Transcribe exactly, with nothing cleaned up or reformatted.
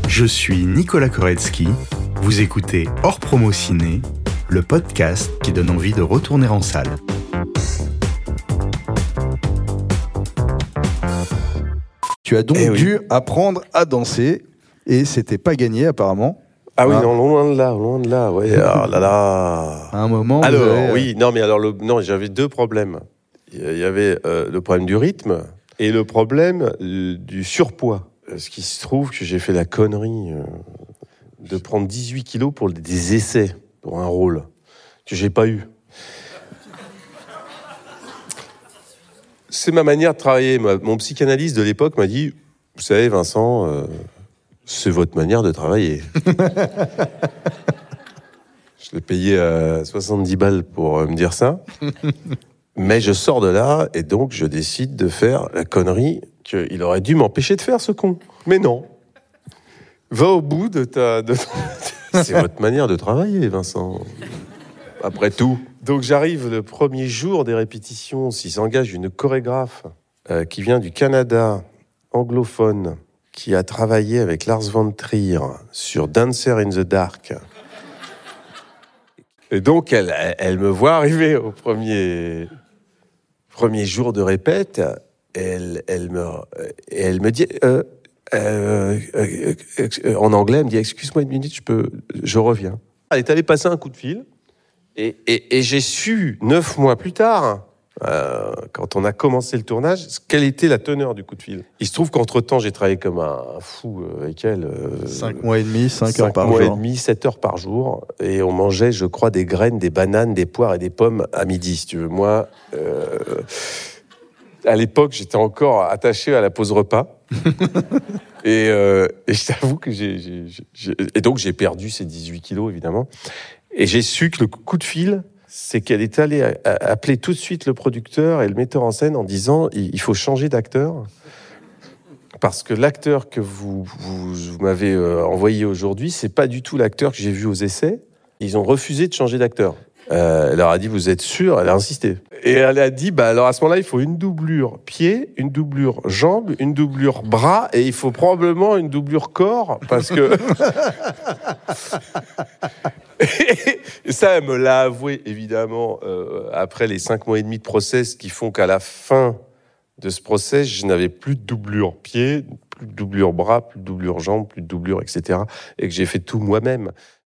Je suis Nicolas Koretsky, vous écoutez Hors Promo Ciné, le podcast qui donne envie de retourner en salle. Tu as donc Eh oui. dû apprendre à danser, et c'était pas gagné apparemment. Ah oui, Ah. non, loin de là, loin de là, ouais. Ah là là. À un moment, vous Alors, avez, euh, oui, non, mais alors, le, non, j'avais deux problèmes. Il y avait euh, le problème du rythme et le problème euh, du surpoids. Ce qui se trouve que j'ai fait la connerie euh, de prendre dix-huit kilos pour des essais, pour un rôle, que j'ai pas eu. C'est ma manière de travailler. Ma- Mon psychanalyste de l'époque m'a dit, vous savez, Vincent, euh, c'est votre manière de travailler. Je l'ai payé à soixante-dix balles pour euh, me dire ça. Mais je sors de là et donc je décide de faire la connerie qu'il aurait dû m'empêcher de faire, ce con. Mais non. Va au bout de ta... de- C'est votre manière de travailler, Vincent. Après tout. Donc j'arrive le premier jour des répétitions, s'il s'engage une chorégraphe euh, qui vient du Canada, anglophone, qui a travaillé avec Lars von Trier sur Dancer in the Dark. Et donc elle, elle, elle me voit arriver au premier, premier jour de répète, elle, elle, me, et elle me dit... Euh, euh, euh, euh, en anglais, elle me dit « Excuse-moi une minute, je, peux, je reviens ». Elle est allée passer un coup de fil. Et, et, et j'ai su, neuf mois plus tard, euh, quand on a commencé le tournage, quelle était la teneur du coup de fil. Il se trouve qu'entre-temps, j'ai travaillé comme un, un fou avec elle. Euh, cinq mois et demi, cinq heures par mois jour. et demi, sept heures par jour. Et on mangeait, je crois, des graines, des bananes, des poires et des pommes à midi, si tu veux. Moi, euh, à l'époque, j'étais encore attaché à la pause repas. et, euh, et je t'avoue que j'ai, j'ai, j'ai... Et donc, j'ai perdu ces dix-huit kilos, évidemment. Et j'ai su que le coup de fil, c'est qu'elle est allée a- a- appeler tout de suite le producteur et le metteur en scène en disant il il faut changer d'acteur parce que l'acteur que vous, vous, vous m'avez euh, envoyé aujourd'hui, c'est pas du tout l'acteur que j'ai vu aux essais. Ils ont refusé de changer d'acteur. Euh, elle leur a dit vous êtes sûr? Elle a insisté. Et elle a dit bah alors à ce moment-là il faut une doublure pied, une doublure jambe, une doublure bras et il faut probablement une doublure corps parce que et ça, elle me l'a avoué, évidemment, euh, après les cinq mois et demi de process qui font qu'à la fin de ce process, je n'avais plus de doublure pied, plus de doublure bras, plus de doublure jambes, plus de doublure, et cetera. Et que j'ai fait tout moi-même.